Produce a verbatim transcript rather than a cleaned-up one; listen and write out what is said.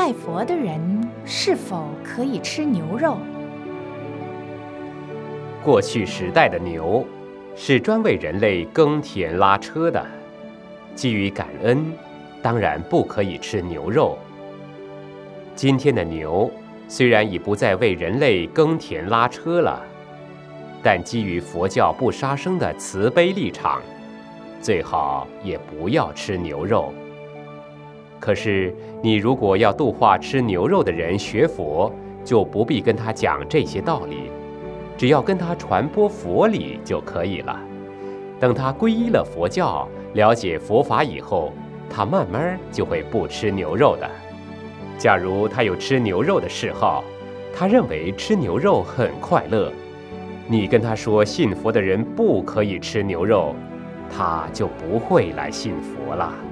拜佛的人是否可以吃牛肉？ 过去时代的牛是专为人类耕田拉车的，基于感恩，当然不可以吃牛肉。今天的牛虽然已不再为人类耕田拉车了，但基于佛教不杀生的慈悲立场，最好也不要吃牛肉。可是你如果要度化吃牛肉的人学佛，就不必跟他讲这些道理，只要跟他传播佛理就可以了。等他皈依了佛教，了解佛法以后，他慢慢就会不吃牛肉的。假如他有吃牛肉的嗜好，他认为吃牛肉很快乐，你跟他说信佛的人不可以吃牛肉，他就不会来信佛了。